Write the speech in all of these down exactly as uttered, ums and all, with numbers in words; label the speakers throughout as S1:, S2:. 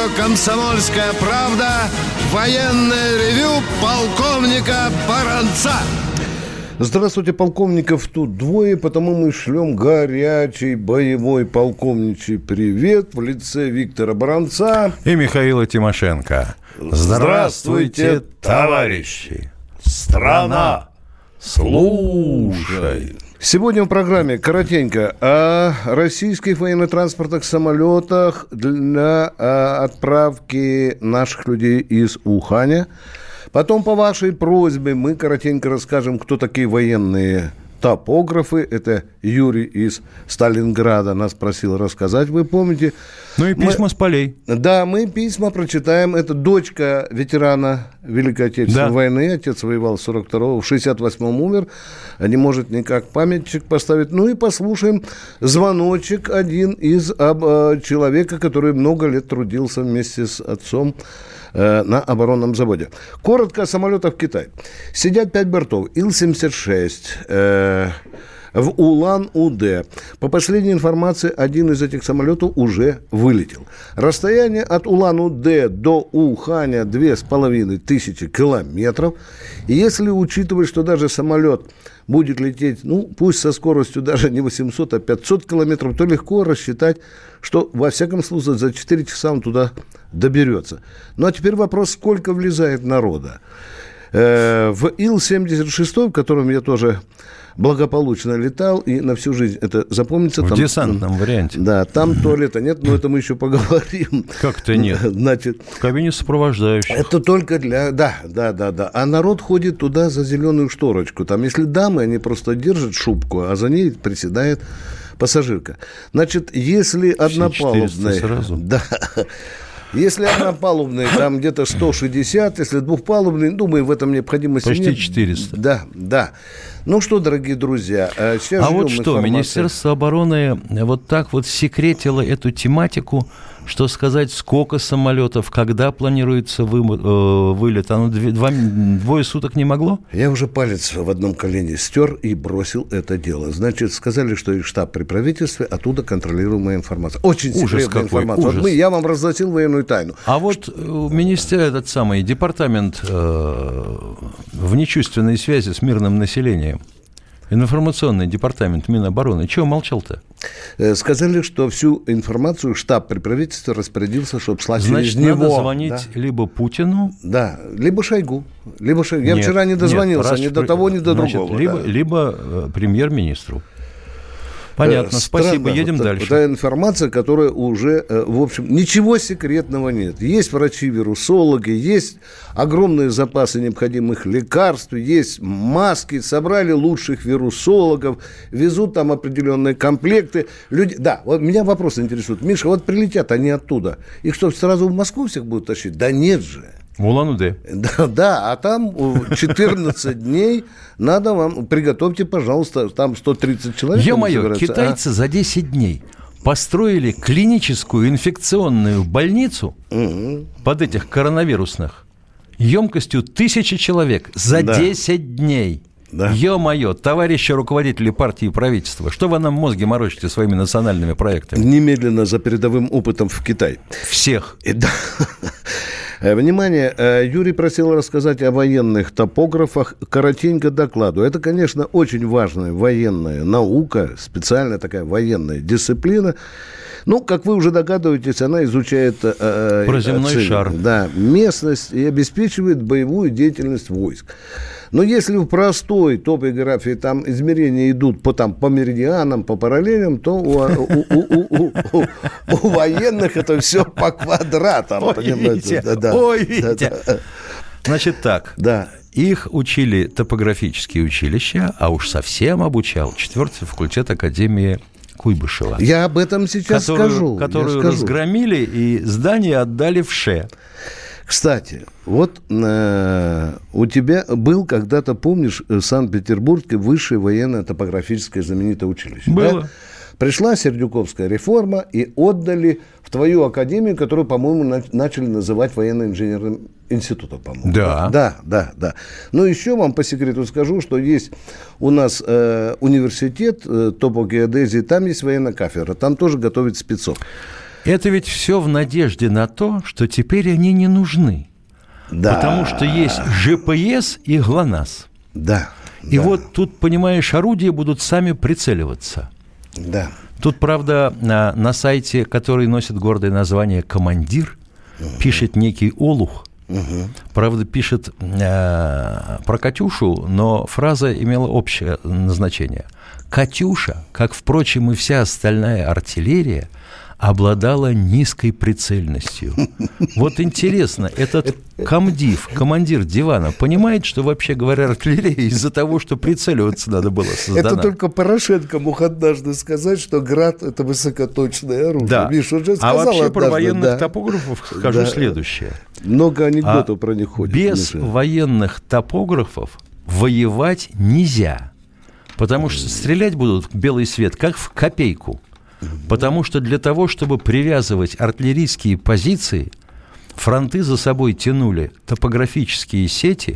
S1: «Комсомольская правда». Военное ревю полковника Баранца.
S2: Здравствуйте, полковников тут двое, потому мы шлем горячий боевой полковничий привет в лице Виктора Баранца
S3: и Михаила Тимошенко. Здравствуйте, товарищи! Страна, слушай!
S2: Сегодня в программе коротенько о российских военно-транспортных самолетах для отправки наших людей из Уханя. Потом, по вашей просьбе, мы коротенько расскажем, кто такие военные топографы. Это Юрий из Сталинграда нас просил рассказать, вы помните.
S3: Ну и письма
S2: мы,
S3: с полей.
S2: Да, мы письма прочитаем. Это дочка ветерана Великой Отечественной да. войны. Отец воевал с сорок второго, в шестьдесят восьмом умер. Не может никак памятник поставить. Ну и послушаем звоночек один из об, человека, который много лет трудился вместе с отцом на оборонном заводе. Коротко о самолетах в Китае. Сидят пять бортов. Ил семьдесят шесть э, в Улан-Удэ. По последней информации, один из этих самолетов уже вылетел. Расстояние от Улан-Удэ до Уханя две с половиной тысячи километров. И если учитывать, что даже самолет будет лететь, ну, пусть со скоростью даже не восемьсот, а пятьсот километров, то легко рассчитать, что, во всяком случае, за четыре часа он туда доберется. Ну, а теперь вопрос, сколько влезает народа. Э, в Ил семьдесят шесть, в котором я тоже благополучно летал, и на всю жизнь это запомнится.
S3: В
S2: там,
S3: десантном варианте.
S2: Да, там туалета нет, но это мы еще поговорим.
S3: Как-то нет.
S2: Значит,
S3: в кабине сопровождающих.
S2: Это только для... Да, да, да, да. А народ ходит туда за зеленую шторочку. Там, если дамы, они просто держат шубку, а за ней приседает пассажирка. Значит, если однопалубная...
S3: сразу.
S2: Да. Если однопалубный, там где-то сто шестьдесят, если двухпалубный, думаю, в этом необходимости
S3: почти
S2: нет.
S3: Почти четыреста.
S2: Да, да. Ну что, дорогие друзья, сейчас
S3: а вот что,
S2: информации.
S3: Министерство обороны вот так вот секретило эту тематику, что сказать, сколько самолетов, когда планируется вы, э, вылет, оно две, два, двое суток не могло?
S2: Я уже палец в одном колене стер и бросил это дело. Значит, сказали, что и штаб при правительстве, оттуда контролируемая информация. Очень ужас секретная какой, информация.
S3: Ужас.
S2: Вот мы, я вам разгласил военную тайну.
S3: А вот министер, этот самый департамент э, внечувственной связи с мирным населением, информационный департамент Минобороны, чего молчал-то?
S2: Сказали, что всю информацию штаб при правительстве распорядился, чтобы слать
S3: Значит,
S2: через него.
S3: Значит, надо звонить
S2: да?
S3: либо Путину.
S2: Да, либо Шойгу. Либо Шойгу. Я
S3: нет,
S2: вчера не дозвонился
S3: нет,
S2: ни до того, ни до
S3: значит,
S2: другого.
S3: Либо,
S2: да.
S3: либо э, премьер-министру. Понятно,
S2: Странно,
S3: спасибо, едем
S2: вот
S3: дальше.
S2: Та информация, которая уже, в общем, ничего секретного нет. Есть врачи-вирусологи, есть огромные запасы необходимых лекарств, есть маски, собрали лучших вирусологов, везут там определенные комплекты. Люди... Да, вот меня вопрос интересует. Миша, вот прилетят они оттуда, их что, сразу в Москву всех будут тащить? Да нет же.
S3: В Улан-Удэ.
S2: Да, да, а там четырнадцать дней надо вам, приготовьте, пожалуйста, там сто тридцать человек.
S3: Ё-моё, китайцы а? за десять дней построили клиническую инфекционную больницу угу. под этих коронавирусных емкостью тысячи человек за да. десять дней. Да. Ё-моё, товарищи руководители партии и правительства, что вы нам мозги морочите своими национальными проектами?
S2: Немедленно за передовым опытом в Китай.
S3: Всех.
S2: И, да. Внимание, Юрий просил рассказать о военных топографах. Коротенько докладу. Это, конечно, очень важная военная наука, специальная такая военная дисциплина. Ну, как вы уже догадываетесь, она изучает э,
S3: про земной
S2: цель,
S3: шар.
S2: Да, местность и обеспечивает боевую деятельность войск. Но если в простой топографии там измерения идут по, там, по меридианам, по параллелям, то у, у, у, у, у, у военных это все по квадратам.
S3: Ой, видите, да, да, ой, видите. Да, да. Значит так,
S2: да.
S3: Их учили топографические училища, а уж совсем обучал четвертый факультет Академии Куйбышева.
S2: Я об этом сейчас
S3: которую,
S2: скажу.
S3: Которую
S2: скажу.
S3: разгромили и здание отдали в ШЭ.
S2: Кстати, вот э, у тебя был когда-то, помнишь, в Санкт-Петербурге высшее военное топографическое знаменитое училище?
S3: Было.
S2: Да? Пришла Сердюковская реформа и отдали в твою академию, которую, по-моему, на- начали называть военно-инженерным институтом, по-моему.
S3: Да.
S2: Да, да, да. Но еще вам по секрету скажу, что есть у нас э, университет э, топогеодезии, там есть военная кафедра, там тоже готовят спецов.
S3: Это ведь все в надежде на то, что теперь они не нужны. Да. Потому что есть жэ пэ эс и ГЛОНАСС.
S2: Да.
S3: И
S2: да.
S3: вот тут, понимаешь, орудия будут сами прицеливаться.
S2: Да.
S3: Тут, правда, на, на сайте, который носит гордое название «Командир», угу. пишет некий олух. Угу. Правда, пишет э, про «Катюшу», но фраза имела общее назначение. «Катюша, как, впрочем, и вся остальная артиллерия, обладала низкой прицельностью». Вот интересно, этот комдив, командир дивана, понимает, что, вообще говоря, артиллерия из-за того, что прицеливаться надо было, создана?
S2: Это только Порошенко мог однажды сказать, что «Град» — это высокоточное оружие.
S3: Да.
S2: Миша уже сказал
S3: а вообще
S2: однажды,
S3: про военных
S2: да.
S3: топографов скажу да. следующее.
S2: Много анекдотов
S3: а
S2: про них ходит.
S3: Без
S2: Миша.
S3: военных топографов воевать нельзя, потому что стрелять будут в белый свет, как в копейку. Потому что для того, чтобы привязывать артиллерийские позиции, фронты за собой тянули топографические сети,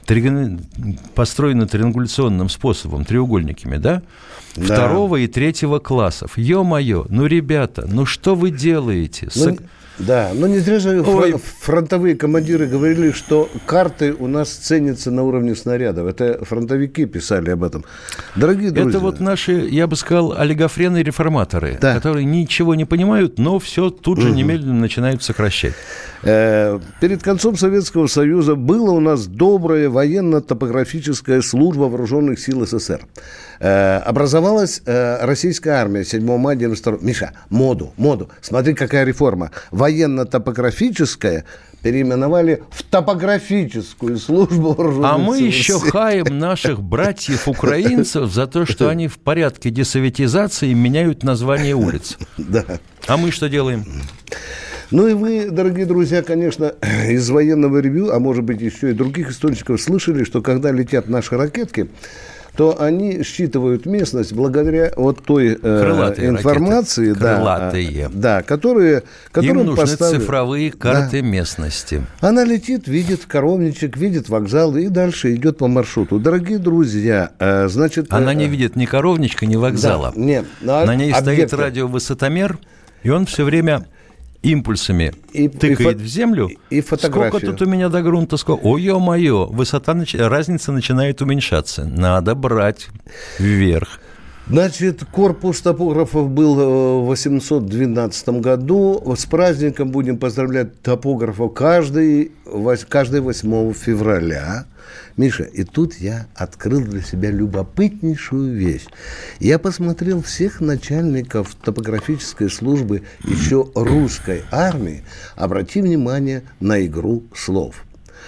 S3: построенные триангуляционным способом, треугольниками, да? Да. Второго и третьего классов. Ё-моё, ну, ребята, ну что вы делаете?
S2: Ну, да, но не зря же Ой. фронтовые командиры говорили, что карты у нас ценятся на уровне снарядов. Это фронтовики писали об этом. Дорогие друзья.
S3: Это вот наши, я бы сказал, олигофрены-реформаторы,
S2: да.
S3: которые ничего не понимают, но все тут же угу. немедленно начинают сокращать.
S2: Перед концом Советского Союза была у нас добрая военно-топографическая служба вооруженных сил СССР. Образовалась российская армия седьмого мая девяносто второго. Миша, моду, моду. Смотри, какая реформа. Военно-топографическая переименовали в топографическую службу вооруженных сил.
S3: А мы еще хаем наших братьев-украинцев за то, что они в порядке десоветизации меняют название улиц.
S2: Да.
S3: А мы что делаем?
S2: Ну и вы, дорогие друзья, конечно, из военного ревью, а может быть еще и других источников, слышали, что когда летят наши ракетки, то они считывают местность благодаря вот той э, информации,
S3: ракеты, крылатые,
S2: да, да, которые, которые
S3: им нужны
S2: поставили,
S3: цифровые карты
S2: да.
S3: местности.
S2: Она летит, видит коровничек, видит вокзал и дальше идет по маршруту. Дорогие друзья, э, значит...
S3: Она
S2: э,
S3: не видит ни коровничка, ни вокзала.
S2: Да, нет, но
S3: на ней
S2: объекты.
S3: Стоит радиовысотомер, и он все время... импульсами и, тыкает и, в землю.
S2: И фотографию.
S3: Сколько тут у меня до грунта? Сколько? Ой, ё-моё, высота, разница начинает уменьшаться. Надо брать вверх.
S2: Значит, корпус топографов был в восемьсот двенадцатом году. С праздником будем поздравлять топографов каждый, каждый восьмого февраля. Миша, и тут я открыл для себя любопытнейшую вещь. Я посмотрел всех начальников топографической службы еще русской армии. Обрати внимание на игру слов.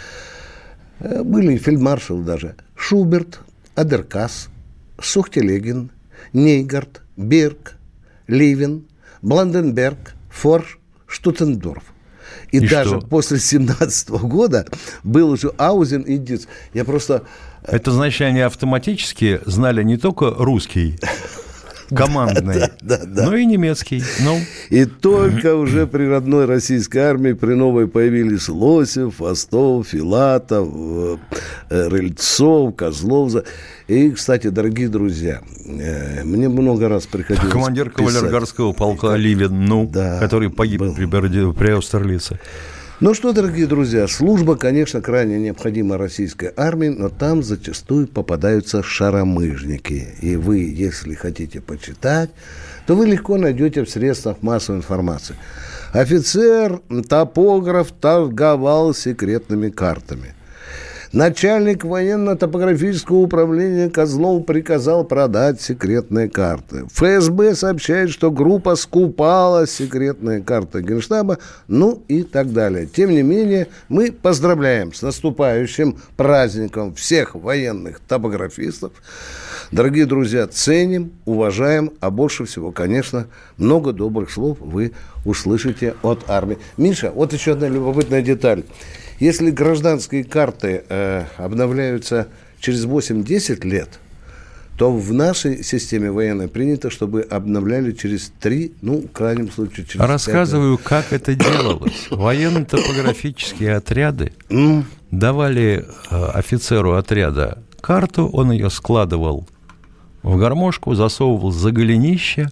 S2: Были фельдмаршалы даже. Шуберт, Адеркас, Сухтелегин, Нейгард, Берг, Ливен, Бланденберг, Форш, Штутендорф. И, и даже что? После семнадцатого года был уже Аузен и Диц. Я просто...
S3: Это значит, они автоматически знали не только русский, командный, да, да, да, но и немецкий. Ну.
S2: И только уже при родной российской армии, при новой появились Лосев, Фастов, Филатов, Рыльцов, Козлов. И, кстати, дорогие друзья, мне много раз приходилось
S3: командир кавалергардского полка Ливен, ну, да, который погиб был. при, при Аустерлице.
S2: Ну что, дорогие друзья, служба, конечно, крайне необходима российской армии, но там зачастую попадаются шаромыжники. И вы, если хотите почитать, то вы легко найдете в средствах массовой информации. Офицер, топограф торговал секретными картами. Начальник военно-топографического управления Козлов приказал продать секретные карты. эф эс бэ сообщает, что группа скупала секретные карты Генштаба, ну и так далее. Тем не менее, мы поздравляем с наступающим праздником всех военных топографистов. Дорогие друзья, ценим, уважаем, а больше всего, конечно, много добрых слов вы услышите от армии. Миша, вот еще одна любопытная деталь. Если гражданские карты э, обновляются через восемь-десять лет, то в нашей системе военной принято, чтобы обновляли через три, ну, в крайнем случае, через
S3: Рассказываю, пять лет. Как это делалось. Военно-топографические отряды mm. давали э, офицеру отряда карту, он ее складывал в гармошку, засовывал за голенище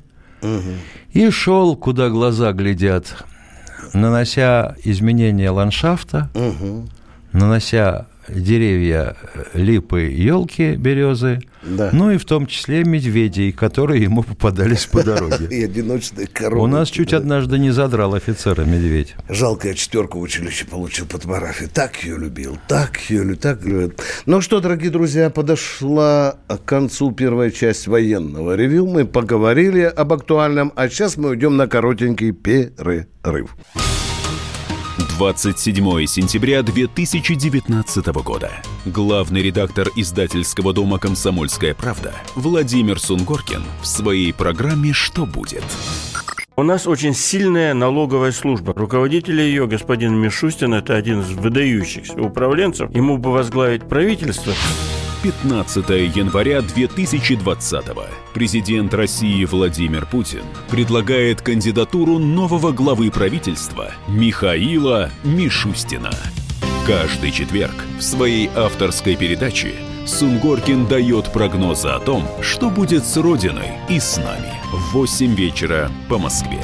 S2: Угу.
S3: И шел, куда глаза глядят, нанося изменения ландшафта,
S2: угу.
S3: нанося деревья, липы, елки, березы,
S2: да.
S3: ну и в том числе медведей, которые ему попадались по дороге.
S2: И одиночные коровы.
S3: У нас чуть однажды не задрал офицера медведь.
S2: Жалко, я четверку в училище получил по топографии. Так ее любил, так ее любил, так любил. Ну что, дорогие друзья, подошла к концу первая часть военного ревью. Мы поговорили об актуальном, а сейчас мы уйдем на коротенький перерыв.
S4: двадцать седьмого сентября две тысячи девятнадцатого года. Главный редактор издательского дома «Комсомольская правда» Владимир Сунгоркин в своей программе «Что будет?».
S5: У нас очень сильная налоговая служба. Руководитель ее, господин Мишустин, это один из выдающихся управленцев. Ему бы возглавить правительство.
S4: пятнадцатого января две тысячи двадцатого. Президент России Владимир Путин предлагает кандидатуру нового главы правительства Михаила Мишустина. Каждый четверг в своей авторской передаче Сунгоркин дает прогнозы о том, что будет с Родиной и с нами. В восемь вечера по Москве.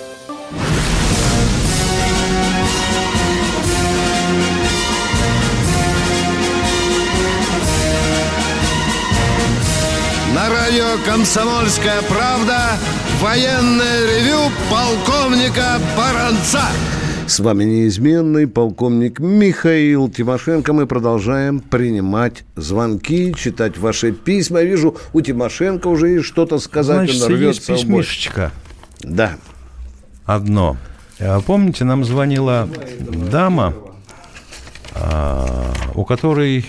S1: На радио «Комсомольская правда» военное ревю полковника Баранца.
S2: С вами неизменный полковник Михаил Тимошенко. Мы продолжаем принимать звонки, читать ваши письма. Я вижу, у Тимошенко уже есть что-то сказать.
S3: Значит,
S2: он
S3: есть письмишечко.
S2: Да.
S3: Одно. Помните, нам звонила дама, у которой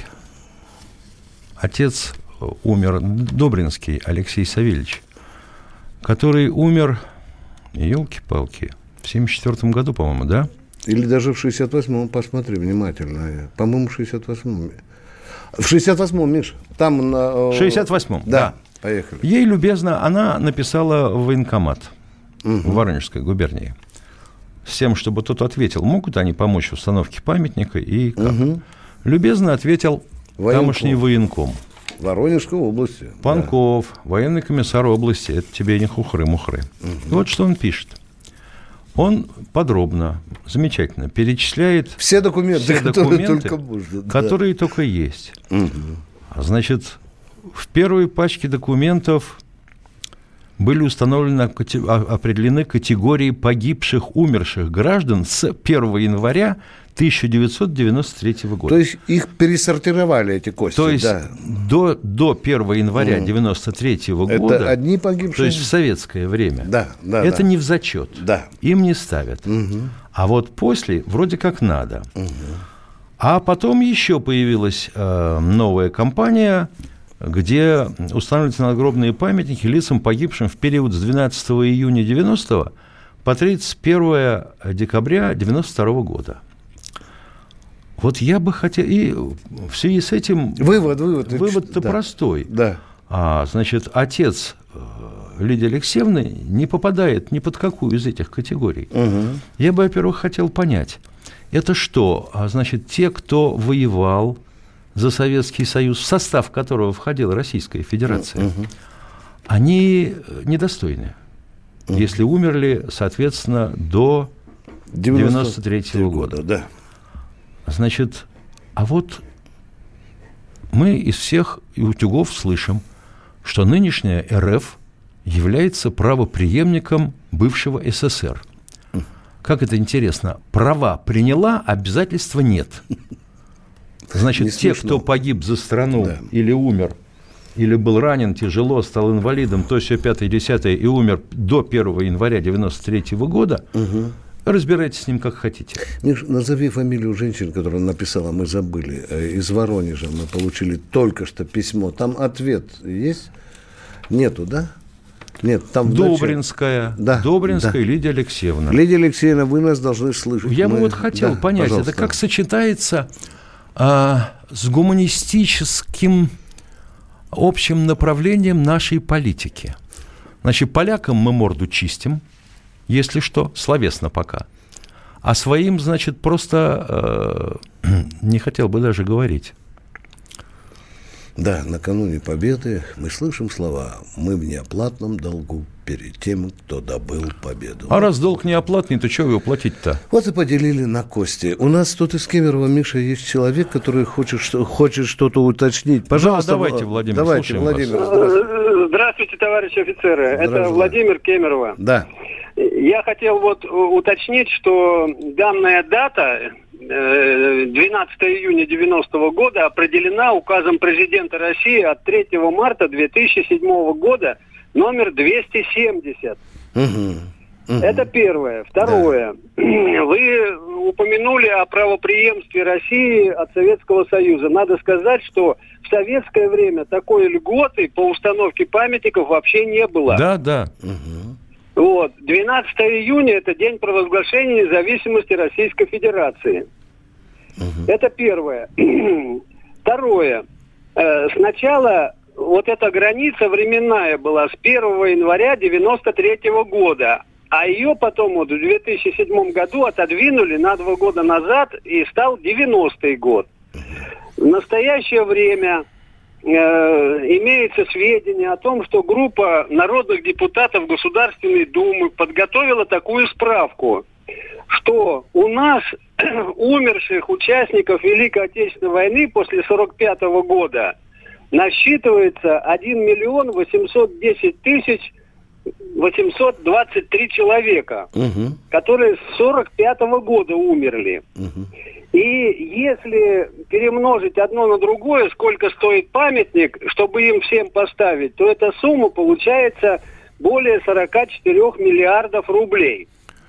S3: отец умер, Добринский Алексей Савельевич, который умер, елки-палки, в семьдесят четвёртом году, по-моему, да?
S2: Или даже в шестьдесят восьмом, посмотри внимательно. По-моему, в шестьдесят восьмом. В шестьдесят восьмом, Миш. Там на...
S3: В шестьдесят восьмом, да.
S2: Да, поехали.
S3: Ей любезно, она написала в военкомат
S2: угу.
S3: в Воронежской губернии с тем, чтобы тот ответил, могут они помочь в установке памятника и как. Угу. Любезно ответил военком. Тамошний военком.
S2: Воронежской области.
S3: Панков, да. Военный комиссар области, это тебе не хухры-мухры. Угу. Вот что он пишет. Он подробно, замечательно перечисляет
S2: все документы,
S3: все
S2: которые,
S3: документы,
S2: только, можно, да.
S3: которые только есть.
S2: Угу.
S3: Значит, в первой пачке документов были установлены, определены категории погибших, умерших граждан с первого января тысяча девятьсот девяносто третьего года.
S2: То есть их пересортировали, эти кости.
S3: То есть
S2: да.
S3: до, до первого января девяносто третьего
S2: это
S3: года,
S2: одни погибшие.
S3: то есть в советское время,
S2: да, да,
S3: это
S2: да.
S3: не в зачет.
S2: Да.
S3: Им не ставят.
S2: Угу.
S3: А вот после вроде как надо.
S2: Угу.
S3: А потом еще появилась э, новая кампания, где устанавливаются надгробные памятники лицам, погибшим в период с двенадцатого июня девяностого по тридцать первого декабря девяносто второго года. Вот я бы хотел... И в связи с этим...
S2: Вывод, вывод.
S3: Вывод-то да. простой.
S2: Да.
S3: А, значит, отец Лидии Алексеевны не попадает ни под какую из этих категорий.
S2: Угу.
S3: Я бы, во-первых, хотел понять, это что? А, значит, те, кто воевал за Советский Союз, в состав которого входила Российская Федерация, угу. они недостойны, угу. если умерли, соответственно, до девяносто третьего года.
S2: Да.
S3: Значит, а вот мы из всех утюгов слышим, что нынешняя эр эф является правопреемником бывшего эс эс эр. Как это интересно? Права приняла, обязательства нет. Значит, те, кто погиб за страну да. или умер, или был ранен тяжело, стал инвалидом, то все пятое, десятое, и умер до первого января девяносто третьего года, угу. разбирайтесь с ним как хотите.
S2: Миш, назови фамилию женщины, которая написала, мы забыли. Из Воронежа мы получили только что письмо. Там ответ есть? Нету, да? Нет, там
S3: Добринская. Да, Добринская да. Лидия Алексеевна.
S2: Лидия Алексеевна, вы нас должны слышать.
S3: Я
S2: мы...
S3: бы вот хотел да, понять, пожалуйста. Это как сочетается а, с гуманистическим общим направлением нашей политики. Значит, полякам мы морду чистим, если что, словесно пока. А своим, значит, просто э, не хотел бы даже говорить.
S2: Да, накануне победы мы слышим слова «Мы в неоплатном долгу перед тем, кто добыл победу».
S3: А раз долг неоплатный, то что его платить-то?
S2: Вот и поделили на кости. У нас тут из Кемерово, Миша, есть человек, который хочет, хочет что-то уточнить. Пожалуйста.
S3: Да, давайте, Владимир,
S2: давайте, Владимир.
S6: Здравствуйте. Здравствуйте, товарищи офицеры. Это Владимир, Кемерово.
S2: Да.
S6: Я хотел вот уточнить, что данная дата, двенадцатого июня девяностого года, определена указом президента России от третьего марта две тысячи седьмого года, номер двести семьдесят.
S2: Угу. Угу.
S6: Это первое. Второе. Да. Вы упомянули о правопреемстве России от Советского Союза. Надо сказать, что в советское время такой льготы по установке памятников вообще не было.
S3: Да, да.
S2: Угу.
S6: Вот. двенадцатого июня – это день провозглашения независимости Российской Федерации. Угу. Это первое. Второе. Э, сначала вот эта граница временная была с первого января девяносто третьего года, а ее потом вот в две тысячи седьмом году отодвинули на два года назад, и стал девяностый год. В настоящее время э, имеется сведения о том, что группа народных депутатов Государственной Думы подготовила такую справку, что у нас умерших участников Великой Отечественной войны после сорок пятого года насчитывается один миллион восемьсот десять тысяч восемьсот двадцать три человека, угу. которые с сорок пятого года умерли. Угу. И если перемножить одно на другое, сколько стоит памятник, чтобы им всем поставить, то эта сумма получается более сорок четыре миллиардов рублей.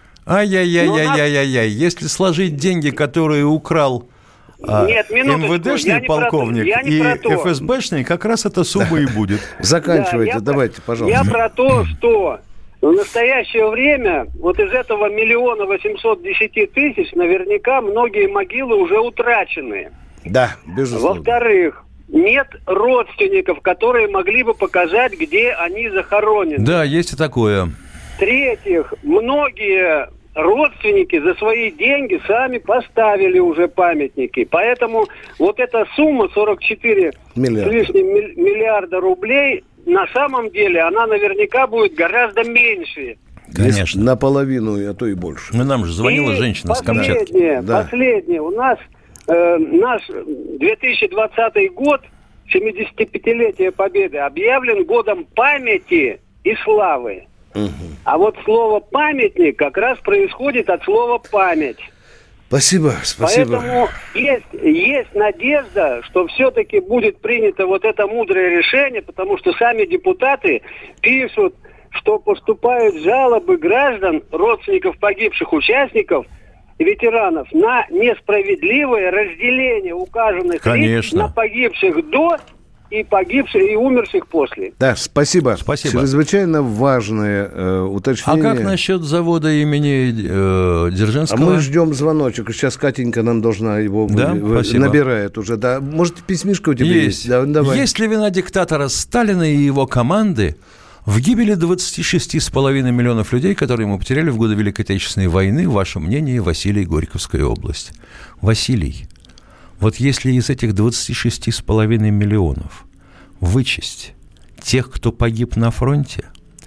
S3: Ай-яй-яй-яй-яй-яй. Если сложить деньги, которые украл
S6: Нет,
S3: эм вэ дэшный полковник и эф эс бэшный, как раз эта сумма и будет.
S2: Заканчивайте, давайте, пожалуйста.
S6: Я про то, что в настоящее время вот из этого миллиона восемьсот десяти тысяч наверняка многие могилы уже утрачены.
S2: Да, безусловно.
S6: Во-вторых, нет родственников, которые могли бы показать, где они захоронены.
S3: Да, есть и такое.
S6: В-третьих, многие родственники за свои деньги сами поставили уже памятники. Поэтому вот эта сумма сорок четыре Миллиард. с лишним миллиарда рублей, на самом деле она наверняка будет гораздо меньше.
S2: Конечно. Наполовину, а то и больше.
S3: Ну, нам же звонила и женщина с Камчатки.
S6: Последнее, да. последнее. У нас э, наш две тысячи двадцатый год, семидесятипятилетие Победы, объявлен годом памяти и славы. Угу. А вот слово «памятник» как раз происходит от слова «память».
S2: Спасибо, спасибо.
S6: Поэтому есть, есть надежда, что все-таки будет принято вот это мудрое решение, потому что сами депутаты пишут, что поступают жалобы граждан, родственников погибших участников и ветеранов на несправедливое разделение указанных лиц на погибших до и погибших, и умерших после.
S2: Да, спасибо.
S3: Спасибо.
S2: Чрезвычайно важное э, уточнение.
S3: А как насчет завода имени э, Дзержинского?
S2: А мы ждем звоночек. Сейчас Катенька нам должна его...
S3: Да?
S2: В... Набирает уже. Да. Может, письмишка у тебя есть? есть? Да, давай.
S3: Есть ли вина диктатора Сталина и его команды в гибели двадцати шести с половиной миллионов людей, которые мы потеряли в годы Великой Отечественной войны? Ваше мнение, Василий, Горьковская область. Василий, вот если из этих двадцати шести с половиной миллионов вычесть тех, кто погиб на фронте,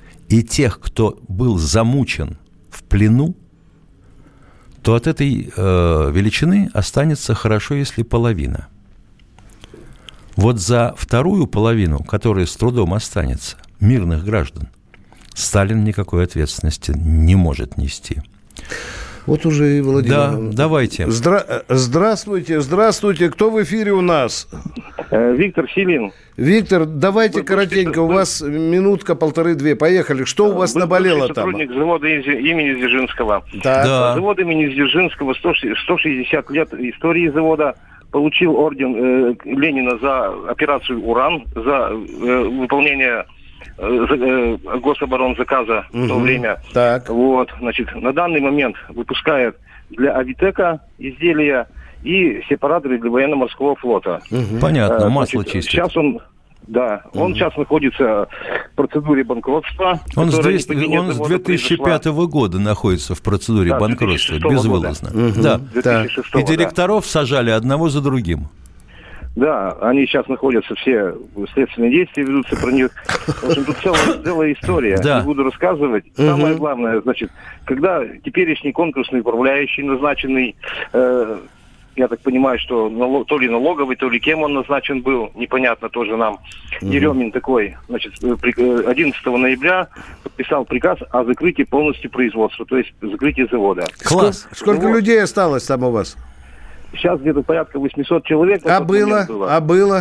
S3: и тех, кто был замучен в плену, то от этой э, величины останется хорошо, если половина. Вот за вторую половину, которая с трудом останется, мирных граждан, Сталин никакой ответственности не может нести.
S2: Вот уже и Владимир.
S3: Да, давайте.
S2: Здра- здравствуйте, здравствуйте. Кто в эфире у нас?
S7: Виктор Селин.
S2: Виктор, давайте коротенько. У вас минутка, полторы-две. Поехали. Что у вас наболело там?
S7: Сотрудник завода имени Дзержинского.
S2: Да.
S7: Завод имени Дзержинского, сто шестьдесят лет истории завода. Получил орден э, Ленина за операцию «Уран», за э, выполнение гособоронзаказа угу. в то время.
S2: Так.
S7: Вот, значит, на данный момент выпускает для Авитека изделия и сепараторы для военно-морского флота.
S3: Угу. Понятно, а, масло
S7: значит,
S3: чистит.
S7: Сейчас он, да, угу. он сейчас находится в процедуре банкротства.
S3: Он, с, двести, он с две тысячи пятого года находится в процедуре да, банкротства, безвылазно.
S7: Угу.
S3: Да. И директоров да. сажали одного за другим.
S7: Да, они сейчас находятся, все следственные действия ведутся про них. В общем, тут целая, целая история.
S3: Да.
S7: Не буду рассказывать. Самое главное, значит, когда теперешний конкурсный управляющий, назначенный, э, я так понимаю, что налог, то ли налоговый, то ли кем он назначен был, непонятно тоже нам. Угу. Еремин такой, значит, одиннадцатого ноября подписал приказ о закрытии полностью производства, то есть закрытии завода.
S2: Класс. Сколько, сколько вот. людей осталось там у вас?
S7: Сейчас где-то порядка восемьсот человек.
S2: А было? было? А было?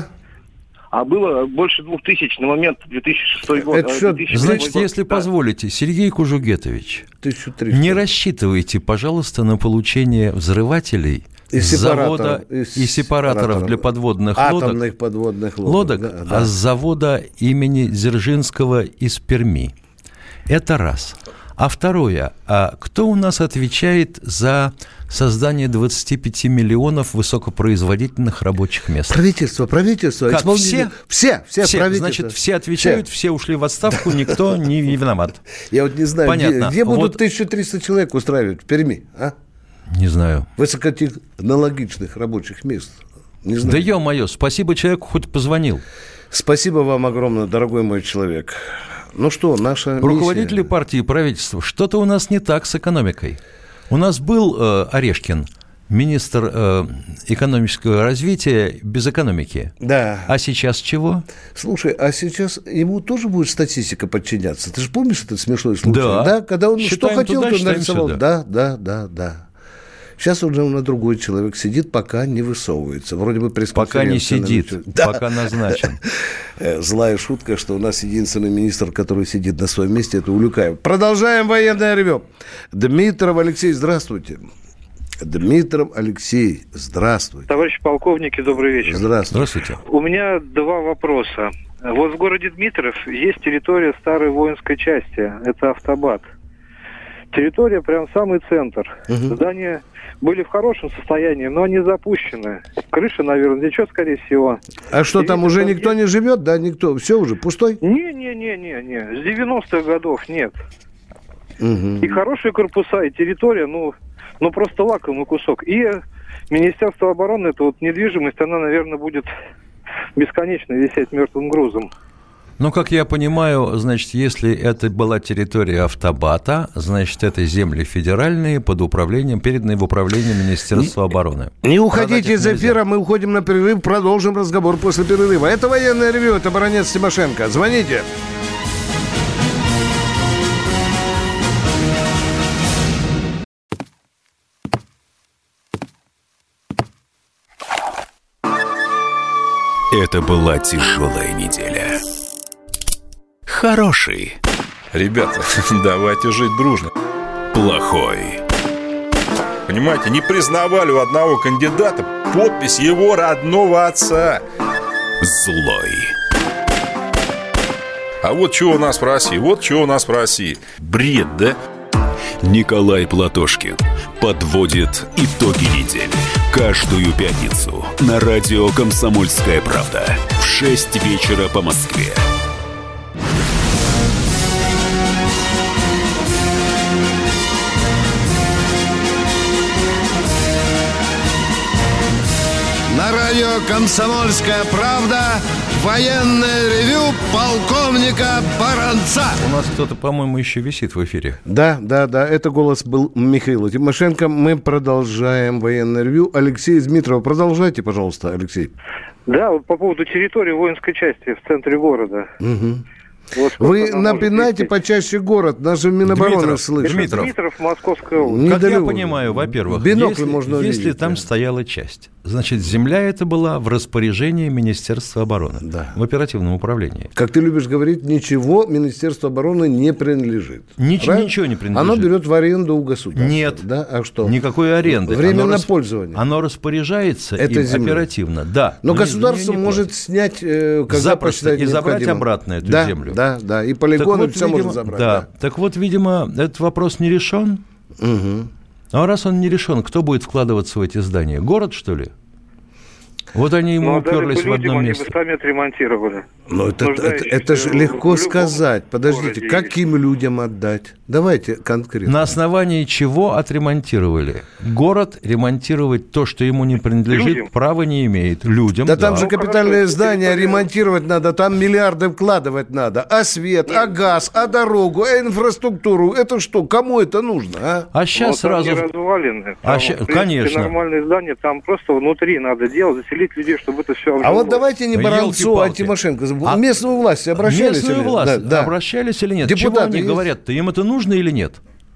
S7: А было больше двух тысяч на момент две тысячи шестой год.
S3: Это что? Значит, год. если да. позволите, Сергей Кужугетович, не рассчитывайте, пожалуйста, на получение взрывателей
S2: и
S3: с завода и, и сепараторов для подводных
S2: атомных
S3: лодок,
S2: подводных лодок,
S3: лодок
S2: да,
S3: а
S2: да.
S3: с завода имени Дзержинского из Перми. Это раз. А второе, а кто у нас отвечает за создание двадцати пяти миллионов высокопроизводительных рабочих мест?
S2: Правительство, правительство.
S3: Как, все?
S2: Все, все,
S3: все
S2: правительство.
S3: Значит, все отвечают, все, все ушли в отставку, никто не, не виноват.
S2: Я вот не знаю,
S3: Понятно.
S2: где, где будут
S3: вот...
S2: тысячу триста человек устраивать в Перми, а?
S3: Не знаю.
S2: Высокотехнологичных рабочих мест. Не знаю.
S3: Да ё-моё, спасибо человеку, хоть позвонил.
S2: Спасибо вам огромное, дорогой мой человек. Ну что, наша
S3: руководители
S2: миссия...
S3: партии и правительства, что-то у нас не так с экономикой. У нас был э, Орешкин, министр э, экономического развития без экономики.
S2: Да.
S3: А сейчас чего?
S2: Слушай, а сейчас ему тоже будет статистика подчиняться? Ты же помнишь этот смешной случай?
S3: Да.
S2: Да, когда он
S3: считаем
S2: что хотел,
S3: туда,
S2: то нарисовал.
S3: сюда.
S2: Да, да, да, да. Сейчас уже на другой человек сидит, пока не высовывается. Вроде бы
S3: пока не сидит, да. пока назначен.
S2: Злая шутка, что у нас единственный министр, который сидит на своем месте, это Улюкаев. Продолжаем военное ревю. Дмитров Алексей, здравствуйте. Дмитров Алексей, здравствуйте.
S8: Товарищи полковники, добрый вечер.
S2: Здравствуйте.
S3: Здравствуйте.
S8: У меня два вопроса. Вот в городе Дмитров есть территория старой воинской части. Это автобат. Территория прям самый центр. Угу. Здания были в хорошем состоянии, но они запущены. Крыша, наверное, течет, скорее всего.
S2: А что,
S8: и
S2: там уже там никто есть... не живет, да? Никто? Все уже пустой?
S8: Не-не-не-не-не. С девяностых годов нет.
S2: Угу.
S8: И хорошие корпуса, и территория, ну, ну просто лакомый кусок. И Министерство обороны, это вот недвижимость, она, наверное, будет бесконечно висеть мертвым грузом.
S3: Ну, как я понимаю, значит, если это была территория автобата, значит, это земли федеральные под управлением, переданные в управление Министерства обороны.
S2: Не уходите из эфира, мы уходим на перерыв, продолжим разговор после перерыва. Это военное ревю, это баронец Тимошенко. Звоните.
S4: Это была тяжелая неделя. Хороший.
S9: Ребята, давайте жить дружно.
S4: Плохой.
S9: Понимаете, не признавали у одного кандидата подпись его родного отца.
S4: Злой.
S9: А вот что у нас в России, вот что у нас в России. Бред, да?
S4: Николай Платошкин подводит итоги недели. Каждую пятницу на радио «Комсомольская правда» в шесть вечера по Москве.
S1: На радио «Комсомольская правда» военное ревю полковника Баранца.
S3: У нас кто-то, по-моему, еще висит в эфире.
S2: Да, да, да, это голос был Михаила Тимошенко. Мы продолжаем военное ревю. Алексей из Дмитрова. Продолжайте, пожалуйста, Алексей.
S8: Да, вот по поводу территории воинской части в центре города.
S2: Угу. Вот вы напинайте почаще город, нас же в Минобороны
S3: Дмитров,
S2: слышат.
S3: Дмитров.
S8: Дмитров, Московская область.
S3: Как
S2: Недалеко.
S3: я понимаю, во-первых,
S2: Бинокль
S3: если,
S2: можно
S3: если
S2: увидеть,
S3: там
S2: да.
S3: стояла часть, значит, земля эта была в распоряжении Министерства обороны,
S2: да.
S3: в оперативном управлении.
S2: Как ты любишь говорить, ничего Министерству обороны не принадлежит.
S3: Ничего, ничего не принадлежит.
S2: Оно берет в аренду у государства.
S3: Нет,
S2: да? А что?
S3: Никакой аренды.
S2: Временно
S3: оно
S2: пользование.
S3: Оно распоряжается
S2: это
S3: им оперативно. Да,
S2: но, но
S3: не,
S2: государство
S3: не, не
S2: может
S3: платит.
S2: снять, э, когда
S3: запросто и забрать
S2: необходимо.
S3: обратно эту
S2: да,
S3: землю.
S2: Да, да, и полигоны
S3: вот,
S2: все
S3: видимо,
S2: может забрать.
S3: Да.
S2: Да.
S3: Так вот, видимо, этот вопрос не решен.
S2: Угу.
S3: А раз он не решен, кто будет вкладываться в эти здания? Город, что ли? Вот они ему
S8: Но
S3: уперлись в одно место.
S8: Они бы сами отремонтировали.
S2: Ну, это, это, это же легко сказать. Подождите, городе. Каким людям отдать? Давайте конкретно.
S3: На основании чего отремонтировали? Город ремонтировать то, что ему не принадлежит, людям. Права не имеет. Людям.
S2: Да, да. Там же
S8: ну,
S2: капитальное
S8: хорошо,
S2: здание ремонтировать надо, там миллиарды вкладывать надо. А свет, Нет. а газ, а дорогу, а инфраструктуру. Это что? Кому это нужно? А,
S3: а сейчас
S8: ну,
S3: сразу...
S8: Там не развалины. Там,
S3: а щ...
S8: принципе,
S3: конечно.
S8: Нормальное здание, там просто внутри надо делать, заселить людей, чтобы это все обжилось.
S2: А вот давайте не Баранцу, а Тимошенко. А местную власть обращались?
S3: Местную
S2: или...
S3: власть
S2: да, да.
S3: обращались или нет?
S2: Депутаты
S3: Чего они
S2: есть?
S3: Говорят-то? Им это нужно или нет?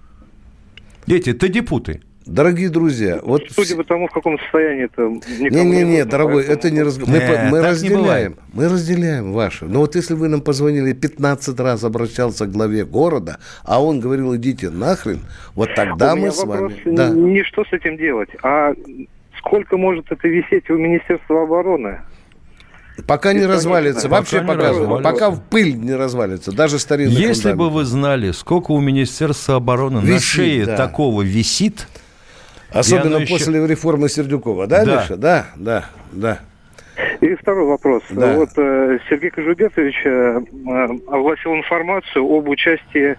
S3: Эти тадипуты.
S2: Дорогие друзья, вот...
S8: Судя по тому, в каком состоянии это...
S2: Не-не-не, дорогой, поэтому... это не разговор. Мы,
S3: Нет,
S2: мы разделяем, мы разделяем ваши. Но вот если вы нам позвонили пятнадцать раз, обращался к главе города, а он говорил, идите нахрен, вот тогда
S8: у
S2: мы
S8: меня
S2: с
S8: вопрос
S2: вами... Да.
S8: Не что с этим делать, а сколько может это висеть у Министерства обороны?
S2: Пока не развалится,
S3: пока
S2: вообще
S3: не
S2: пока,
S3: развалится.
S2: пока в пыль не развалится, даже старинный
S3: Если
S2: фундамент.
S3: бы вы знали, сколько у Министерства обороны
S2: висит,
S3: на шее
S2: да.
S3: такого висит.
S2: Особенно
S3: еще...
S2: после реформы Сердюкова, да,
S3: да.
S2: Миша? Да, да, да.
S8: И второй вопрос.
S2: Да.
S8: Вот э, Сергей Кожубетович э, огласил информацию об участии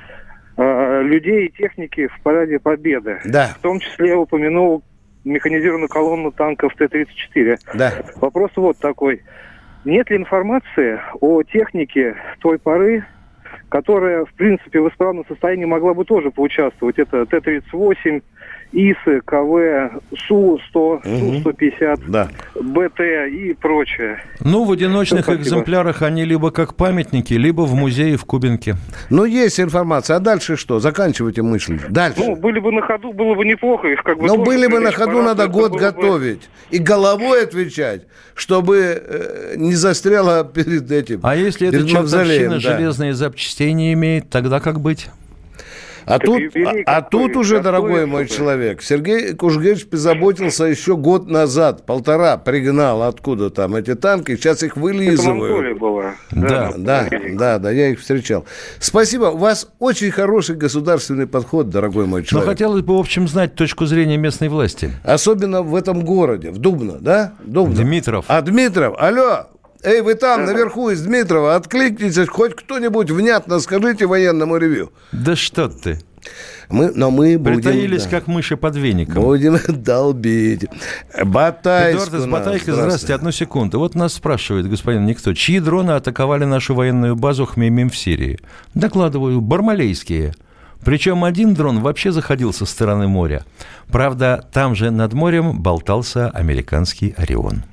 S8: э, людей и техники в параде Победы.
S2: Да.
S8: В том числе упомянул механизированную колонну танков Т тридцать четыре.
S2: Да.
S8: Вопрос вот такой. Нет ли информации о технике той поры, которая, в принципе, в исправном состоянии могла бы тоже поучаствовать? Это Т тридцать восемь, ИСы, КВ, Су сто, угу. Су сто пятьдесят, да. БТ и прочее.
S3: Ну, в одиночных
S8: Спасибо.
S3: экземплярах они либо как памятники, либо в музее в Кубинке.
S2: Ну, есть информация. А дальше что? Заканчивайте мысль. Дальше.
S8: Ну, были бы на ходу, было бы неплохо. Их как бы
S2: Но были бы на ходу,
S8: парад,
S2: надо год
S8: бы...
S2: готовить. И головой отвечать, чтобы э, не застряло перед этим.
S3: А если эта чертовщина да. железные запчастей не имеет, тогда как быть?
S2: А тут, а, а тут уже, дорогой мой человек, Сергей Кужгевич позаботился еще год назад, полтора, пригнал откуда там эти танки, сейчас их вылизывают.
S8: Это была.
S2: Да, да, да, да, да, я их встречал. Спасибо, у вас очень хороший государственный подход, дорогой мой человек.
S3: Но хотелось бы, в общем, знать точку зрения местной власти.
S2: Особенно в этом городе, в Дубно, да? Дубно.
S3: Дмитров.
S2: А, Дмитров, алло. Эй, вы там, наверху, из Дмитрова, откликнитесь, хоть кто-нибудь внятно скажите военному ревью.
S3: Да что ты.
S2: Мы, но мы будем...
S3: Притаились, да, как мыши под веником.
S2: Будем долбить. Батайск.
S3: Эдуард из Батайска, здравствуйте. здравствуйте. Одну секунду. Вот нас спрашивает господин Никто, чьи дроны атаковали нашу военную базу Хмеймим в Сирии? Докладываю, бармалейские. Причем один дрон вообще заходил со стороны моря. Правда, там же над морем болтался американский «Орион».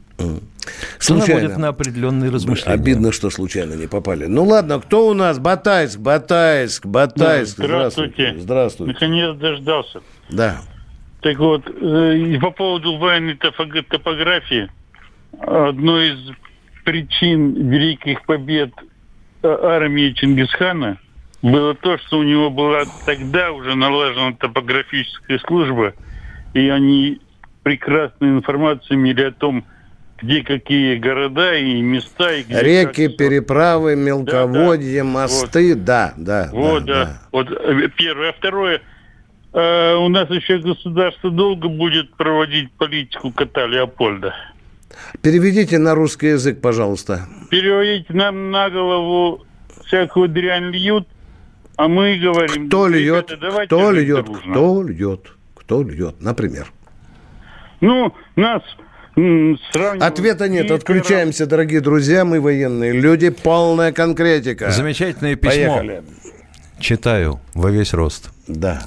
S3: Что наводит на определенные размышления.
S2: Обидно, что случайно не попали. Ну ладно, кто у нас? Батайск, Батайск, Батайск.
S10: Да, здравствуйте.
S2: Здравствуйте.
S10: Наконец дождался.
S2: Да.
S10: Так вот, э, по поводу военной топографии, одной из причин великих побед армии Чингисхана было то, что у него была тогда уже налажена топографическая служба, и они прекрасную информацию имели о том, где какие города и места. И где
S2: реки,
S10: как...
S2: переправы, мелководье, да, да. мосты, вот. да, да.
S10: Вот,
S2: да,
S10: да.
S2: да.
S10: Вот первое. А второе, э, у нас еще государство долго будет проводить политику кота Леопольда.
S2: Переведите на русский язык, пожалуйста.
S10: Переводите нам на голову всякую дрянь льют, а мы говорим...
S2: Кто льет,
S10: ребята,
S2: кто льет, кто льет, кто льет, например.
S10: Ну, нас...
S2: Ответа нет, отключаемся, дорогие друзья, мы военные люди, полная конкретика.
S3: Замечательное письмо. Поехали. Читаю во весь рост.
S2: Да.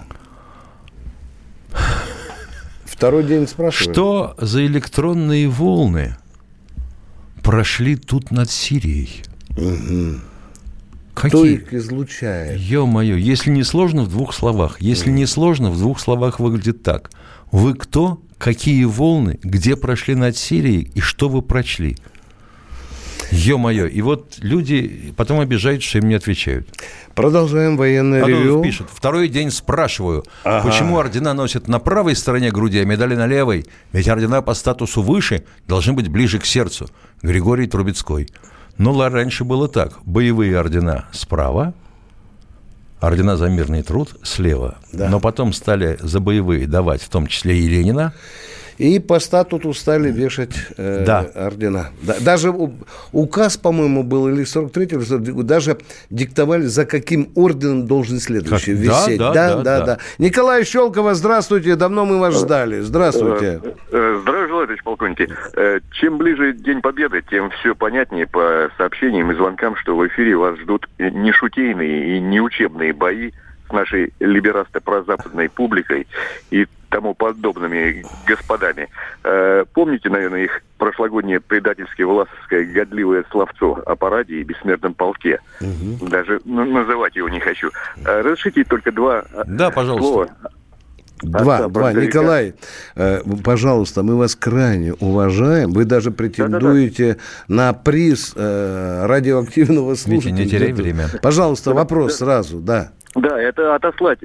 S2: Второй день спрашиваю.
S3: Что за электронные волны прошли тут над Сирией?
S2: Угу.
S3: Какие?
S2: Кто их излучает?
S3: Ё-моё, если не сложно, в двух словах. Если угу. не сложно, в двух словах выглядит так. Вы кто? Какие волны, где прошли над Сирией и что вы прочли? Ё-моё. И вот люди потом обижаются, что им не отвечают.
S2: Продолжаем военное
S3: Адонов
S2: ревью.
S3: Пишет. Второй день спрашиваю,
S2: ага.
S3: почему ордена носят на правой стороне груди, а медали на левой? Ведь ордена по статусу выше должны быть ближе к сердцу. Григорий Трубецкой. Ну, раньше было так. Боевые ордена справа, ордена за мирный труд слева. Да. Но потом стали за боевые давать, в том числе и Ленина.
S2: И по статуту стали вешать э,
S3: да.
S2: ордена. Да, даже указ, по-моему, был или сорок третий, или сорок третий, даже диктовали, за каким орденом должен следующий как? висеть. Да, да, да, да, да, да. Николай Щелкова, здравствуйте, давно мы вас ждали. Здравствуйте.
S11: Здравия желаю, товарищ полковники. Чем ближе День Победы, тем все понятнее по сообщениям и звонкам, что в эфире вас ждут не шутейные и не учебные бои с нашей либерасто-прозападной публикой и тому подобными господами. Э, помните, наверное, их прошлогоднее предательское власовское годливое словцо о параде и бессмертном полке? Угу. Даже ну, называть его не хочу. Э, разрешите только два
S3: да, пожалуйста.
S11: слова.
S2: Два, Отца, два. Николай, э, пожалуйста, мы вас крайне уважаем. Вы даже претендуете да-да-да. на приз э, радиоактивного слушателя.
S3: Витя, не теряй время.
S2: Пожалуйста, вопрос да. сразу, да.
S11: Да, это отослать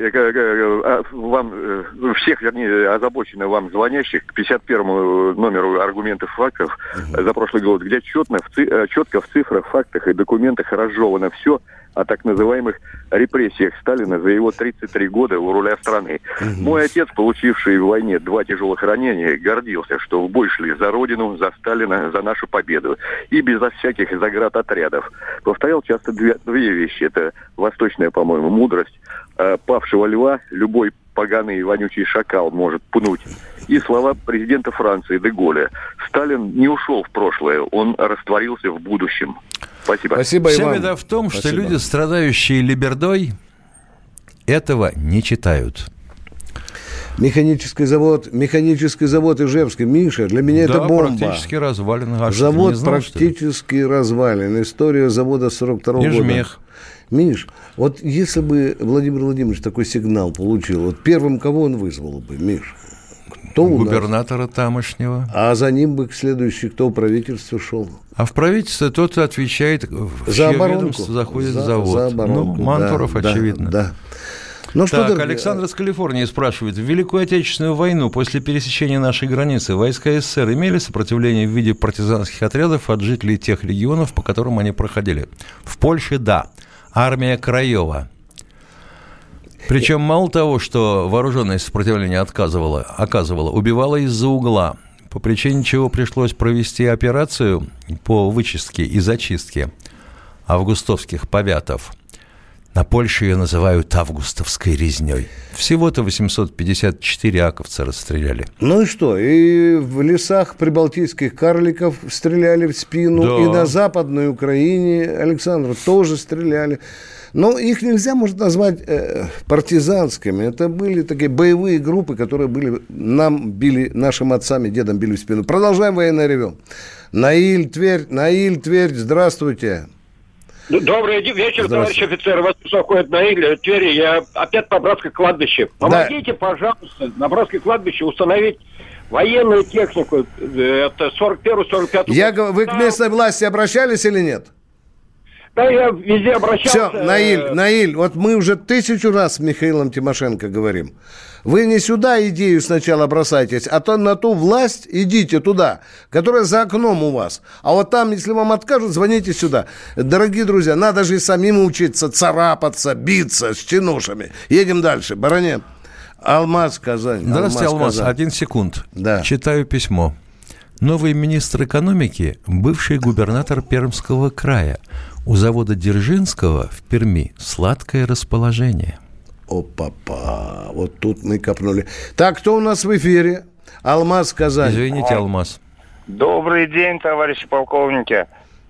S11: вам, всех, вернее, озабоченно вам звонящих к пятьдесят первому номеру аргументов фактов uh-huh. за прошлый год, где четко в, четко в цифрах, фактах и документах разжевано все о так называемых репрессиях Сталина за его тридцать три года у руля страны. Uh-huh. Мой отец, получивший в войне два тяжелых ранения, гордился, что в бой шли за Родину, за Сталина, за нашу победу. И безо всяких заградотрядов. Повторял часто две, две вещи. Это восточная, по-моему, мудрость. Павшего льва любой поганый и вонючий шакал может пнуть. И слова президента Франции де Голля. Сталин не ушел в прошлое, он растворился в будущем. Спасибо.
S2: Спасибо,
S3: Вся
S2: Иван.
S3: беда в том,
S2: Спасибо.
S3: что люди, страдающие либердой, этого не читают.
S2: Механический завод, механический завод Ижевский. Миша, для меня
S3: да,
S2: это бомба.
S3: практически развален. А
S2: завод
S3: знал,
S2: практически развален. История завода сорок второго года.
S3: Ижмех.
S2: Миш, вот если бы Владимир Владимирович такой сигнал получил, вот первым кого он вызвал бы, Миш? Кто
S3: губернатора тамошнего.
S2: А за ним бы следующий, кто в правительство шел?
S3: А в правительстве тот отвечает, в
S2: за
S3: чье
S2: оборонку.
S3: ведомство заходит
S2: за,
S3: завод.
S2: За оборонку,
S3: ну, Мантуров,
S2: да,
S3: очевидно.
S2: Да, да. Ну,
S3: так,
S2: что
S3: Александр из Калифорнии спрашивает. В Великую Отечественную войну после пересечения нашей границы войска СССР имели сопротивление в виде партизанских отрядов от жителей тех регионов, по которым они проходили? В Польше – да. Армия Краева. Причем мало того, что вооруженное сопротивление отказывало, оказывало, убивало из-за угла, по причине чего пришлось провести операцию по вычистке и зачистке августовских повятов. На Польше ее называют августовской резней. Всего-то восемьсот пятьдесят четыре аковца расстреляли.
S2: Ну и что? И в лесах прибалтийских карликов стреляли в спину, да. И на Западной Украине, Александр, тоже стреляли. Но их нельзя, может, назвать э, партизанскими. Это были такие боевые группы, которые были, нам били, нашим отцам и дедам били в спину. Продолжаем военное ревю. Наиль, Тверь, Наиль, Тверь, здравствуйте.
S12: Добрый вечер, товарищ офицер. Вас беспокоит Наиль, Твери. Я опять по Братское кладбище. Помогите, да. пожалуйста, на Братское кладбище установить военную технику. Это сорок первый сорок пятый
S2: Я, год. Вы к местной власти обращались или нет?
S12: Да, я везде обращался.
S2: Все, Наиль, Наиль, вот мы уже тысячу раз с Михаилом Тимошенко говорим. Вы не сюда идею сначала бросайтесь, а то на ту власть идите туда, которая за окном у вас. А вот там, если вам откажут, звоните сюда. Дорогие друзья, надо же и самим учиться царапаться, биться с чинушами. Едем дальше. Бароне. Алмаз, Казань.
S3: Здравствуйте, Алмаз.
S2: Казань.
S3: Один секунд.
S2: Да.
S3: Читаю письмо. Новый министр экономики, бывший губернатор Пермского края. У завода Дзержинского в Перми сладкое расположение.
S2: О-папа, вот тут мы копнули. Так, кто у нас в эфире? Алмаз, Казань.
S3: Извините, Алмаз.
S13: Добрый день, товарищи полковники.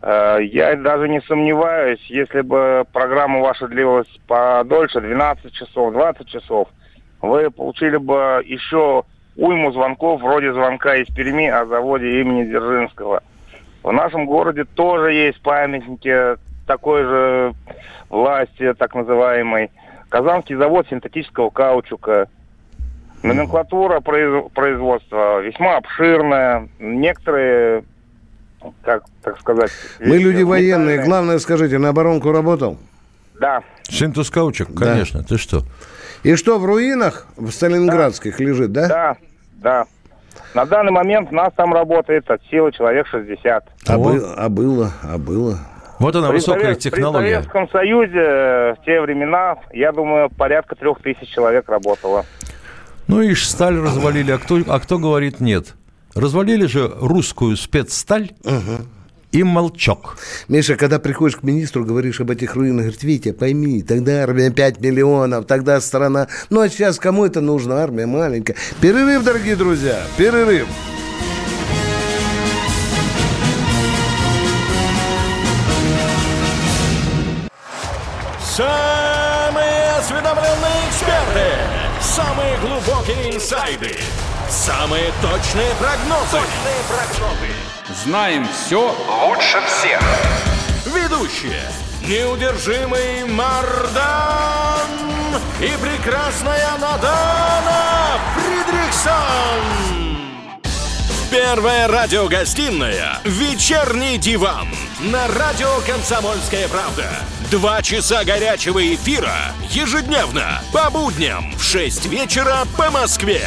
S13: Я даже не сомневаюсь, если бы программа ваша длилась подольше, двенадцать часов, двадцать часов, вы получили бы еще уйму звонков, вроде звонка из Перми о заводе имени Дзержинского. В нашем городе тоже есть памятники такой же власти, так называемой. Казанский завод синтетического каучука. Номенклатура производства весьма обширная. Некоторые, как так сказать...
S2: Мы люди военные. Метальные. Главное, скажите, на оборонку работал?
S13: Да.
S3: Синтез каучук, конечно. Да. Ты что?
S2: И что, в руинах в Сталинградских да. лежит, да?
S13: Да, да. На данный момент у нас там работает от силы человек шестьдесят.
S2: А, бы, а было, а было.
S3: Вот она,
S13: при
S3: высокая
S13: Совет,
S3: технология.
S13: При Советском Союзе в те времена, я думаю, порядка трех тысяч человек работало.
S3: Ну, и сталь развалили, а кто, а кто говорит нет? Развалили же русскую спецсталь угу. и молчок.
S2: Миша, когда приходишь к министру, говоришь об этих руинах, говорит, Витя, пойми, тогда армия пять миллионов, тогда страна... Ну, а сейчас кому это нужно? Армия маленькая. Перерыв, дорогие друзья, перерыв.
S14: Самые осведомленные эксперты, самые глубокие инсайды, самые точные прогнозы. Точные прогнозы.
S15: Знаем все лучше всех.
S14: Ведущие: неудержимый Мардан и прекрасная Надана Фридрихсон. Первая радиогостинная «Вечерний диван» на радио «Комсомольская правда». Два часа горячего эфира ежедневно по будням в шесть вечера по Москве.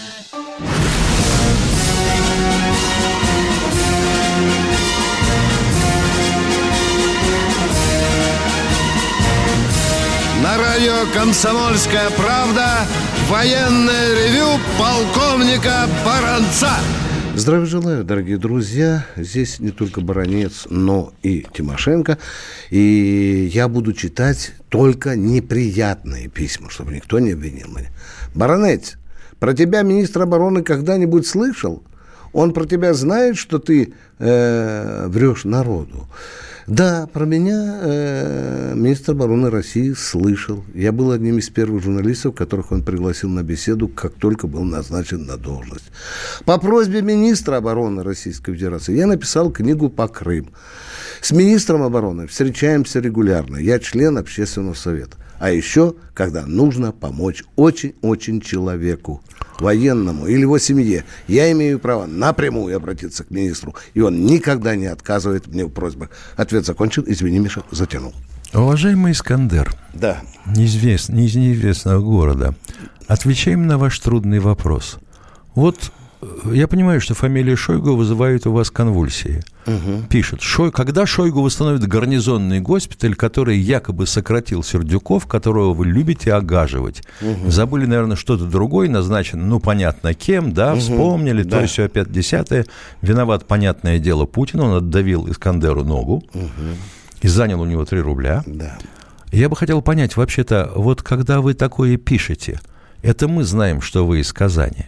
S1: На радио «Комсомольская правда» военное ревю полковника Баранца.
S2: Здравия желаю, дорогие друзья. Здесь не только Баранец, но и Тимошенко. И я буду читать только неприятные письма, чтобы никто не обвинил меня. Баранец, про тебя министр обороны когда-нибудь слышал? Он про тебя знает, что ты э, врешь народу? Да, про меня э, министр обороны России слышал. Я был одним из первых журналистов, которых он пригласил на беседу, как только был назначен на должность. По просьбе министра обороны Российской Федерации я написал книгу по Крым. С министром обороны встречаемся регулярно. Я член общественного совета. А еще, когда нужно помочь очень-очень человеку, военному или его семье, я имею право напрямую обратиться к министру, и он никогда не отказывает мне в просьбах. Ответ закончен. Извини, Миша, затянул.
S3: Уважаемый Искандер,
S2: да.
S3: неизвест, не из неизвестного города, отвечаем на ваш трудный вопрос. Вот я понимаю, что фамилия Шойгу вызывает у вас конвульсии. Угу. Пишет, Шой, когда Шойгу восстановит гарнизонный госпиталь, который якобы сократил Сердюков, которого вы любите огаживать. Угу. Забыли, наверное, что-то другое назначено, ну, понятно, кем, да, угу. вспомнили, да. То есть все опять десятое. Виноват, понятное дело, Путин, он отдавил Искандеру ногу угу. и занял у него три рубля.
S2: Да.
S3: Я бы хотел понять, вообще-то, вот когда вы такое пишете, это мы знаем, что вы из Казани.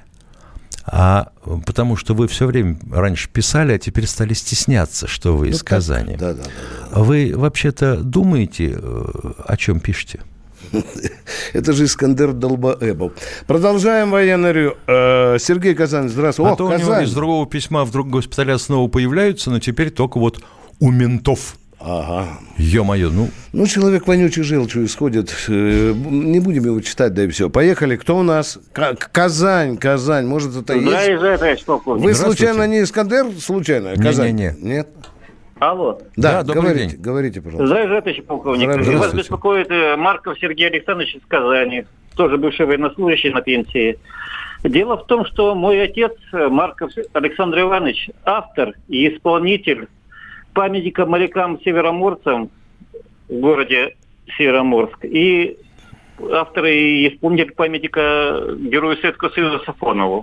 S3: А потому что вы все время раньше писали, а теперь стали стесняться, что вы из ну, Казани.
S2: Да, да, да, да.
S3: Вы вообще-то думаете, о чем пишете?
S2: Это же Искандер Долбоэбов. Продолжаем военный ревю. Сергей Казань, здравствуйте.
S3: А О, то Казань. У него из другого письма в другом госпитале снова появляются, но теперь только вот у ментов.
S2: Ага.
S3: Ё-моё, ну...
S2: Ну, человек вонючий желчью исходит. Не будем его читать, да и все. Поехали. Кто у нас? Казань, Казань. Может, это есть? Вы случайно не Искандер? Случайно? Казань?
S3: Не-не-не.
S2: Нет?
S16: Алло.
S2: Да,
S3: да
S2: говорите, день. говорите, пожалуйста.
S16: Здравия, товарищ полковник. Вас беспокоит Марков Сергей Александрович из Казани. Тоже бывший военнослужащий на пенсии. Дело в том, что мой отец, Марков Александр Иванович, автор и исполнитель памятника морякам-североморцам в городе Североморск и автор и исполнитель памятника герою Советского Союза Сафонову.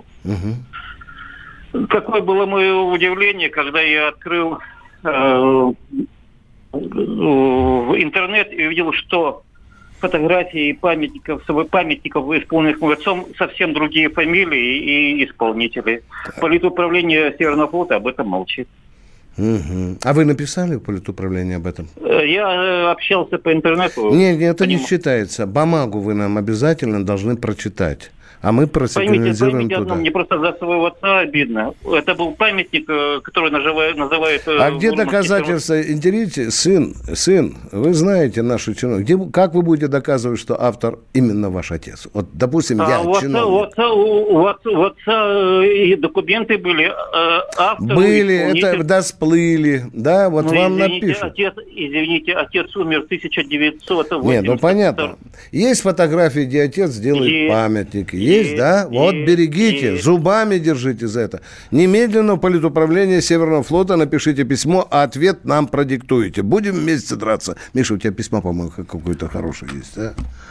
S16: Угу. Какое было мое удивление, когда я открыл э, интернет и увидел, что фотографии памятников, памятников, исполненных моим отцом, совсем другие фамилии и исполнители. Политуправление Северного флота об этом молчит.
S2: Угу. А вы написали в политуправление об этом?
S16: Я общался по интернету.
S2: Нет, нет, это не считается. Бумагу вы нам обязательно должны прочитать. А мы просигнализируем туда.
S16: Мне просто за своего отца обидно. Это был памятник, который называют... называют
S2: а где доказательства? Интересно, сын, сын, вы знаете нашу чиновника. Где, как вы будете доказывать, что автор именно ваш отец? Вот, допустим, я
S16: а
S2: чиновник.
S16: У отца, у, отца, у отца и документы были. Автор,
S2: были, это да, всплыли. Да, вот ну, вам
S16: извините,
S2: напишут.
S16: Отец, извините, отец умер в тысяча девятьсот восьмидесятом.
S2: Нет, ну понятно. Есть фотографии, где отец делает есть. памятники. Есть, есть, да? Вот есть, берегите, есть. Зубами держите за это. Немедленно в политуправление Северного флота напишите письмо, а ответ нам продиктуете. Будем вместе драться. Миша, у тебя письмо, по-моему, какое-то хорошее есть, да?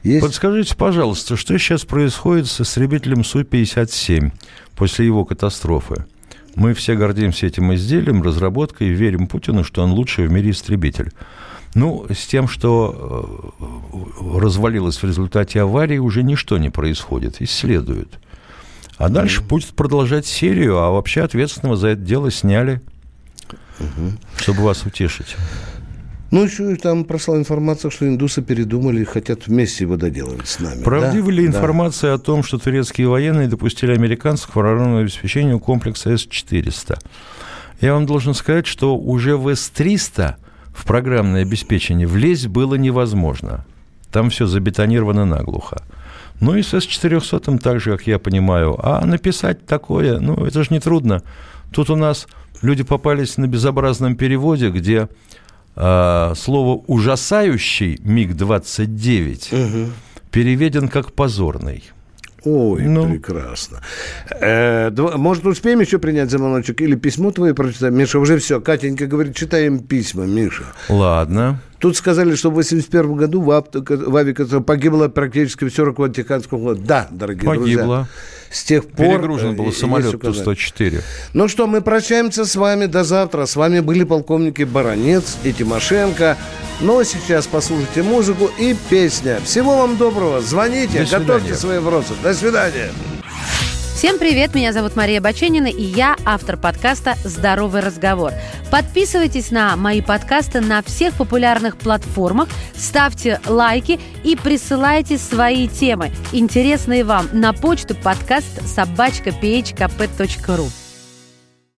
S2: Есть?
S3: Подскажите, пожалуйста, что сейчас происходит с истребителем Су пятьдесят семь после его катастрофы? Мы все гордимся этим изделием, разработкой, и верим Путину, что он лучший в мире истребитель. Ну, с тем, что развалилось в результате аварии, уже ничто не происходит, исследуют. А дальше mm-hmm. будет продолжать серию, а вообще ответственного за это дело сняли, mm-hmm. чтобы вас утешить.
S2: Ну, еще там прошла информация, что индусы передумали и хотят вместе его доделывать с нами.
S3: Правдива
S2: да?
S3: ли информация да. о том, что турецкие военные допустили американцев к вооруженному обеспечению комплекса Эс четыреста? Я вам должен сказать, что уже в Эс триста в программное обеспечение влезть было невозможно. Там все забетонировано наглухо. Ну и с Эс четыреста так же, как я понимаю. А написать такое, ну, это же нетрудно. Тут у нас люди попались на безобразном переводе, где э, слово «ужасающий» миг двадцать девять угу. переведен как «позорный».
S2: Ой, ну. прекрасно. Э, может, успеем еще принять звоночек или письмо твое прочитаем? Миша, уже все. Катенька говорит, читаем письма, Миша.
S3: Ладно.
S2: Тут сказали, что в восемьдесят первом году в, авто, в авиакатастрофе погибло практически все руководство Тихоокеанского флота. Да, дорогие
S3: погибло.
S2: друзья.
S3: Погибло.
S2: С тех пор...
S3: Перегружен был самолет Ту сто четыре.
S2: Ну что, мы прощаемся с вами до завтра. С вами были полковники Баранец и Тимошенко. Ну а сейчас послушайте музыку и песня. Всего вам доброго. Звоните, готовьте свои вопросы. До свидания.
S17: Всем привет, меня зовут Мария Баченина, и я автор подкаста «Здоровый разговор». Подписывайтесь на мои подкасты на всех популярных платформах, ставьте лайки и присылайте свои темы, интересные вам, на почту подкаст собака пи эйч ка пэ точка ру.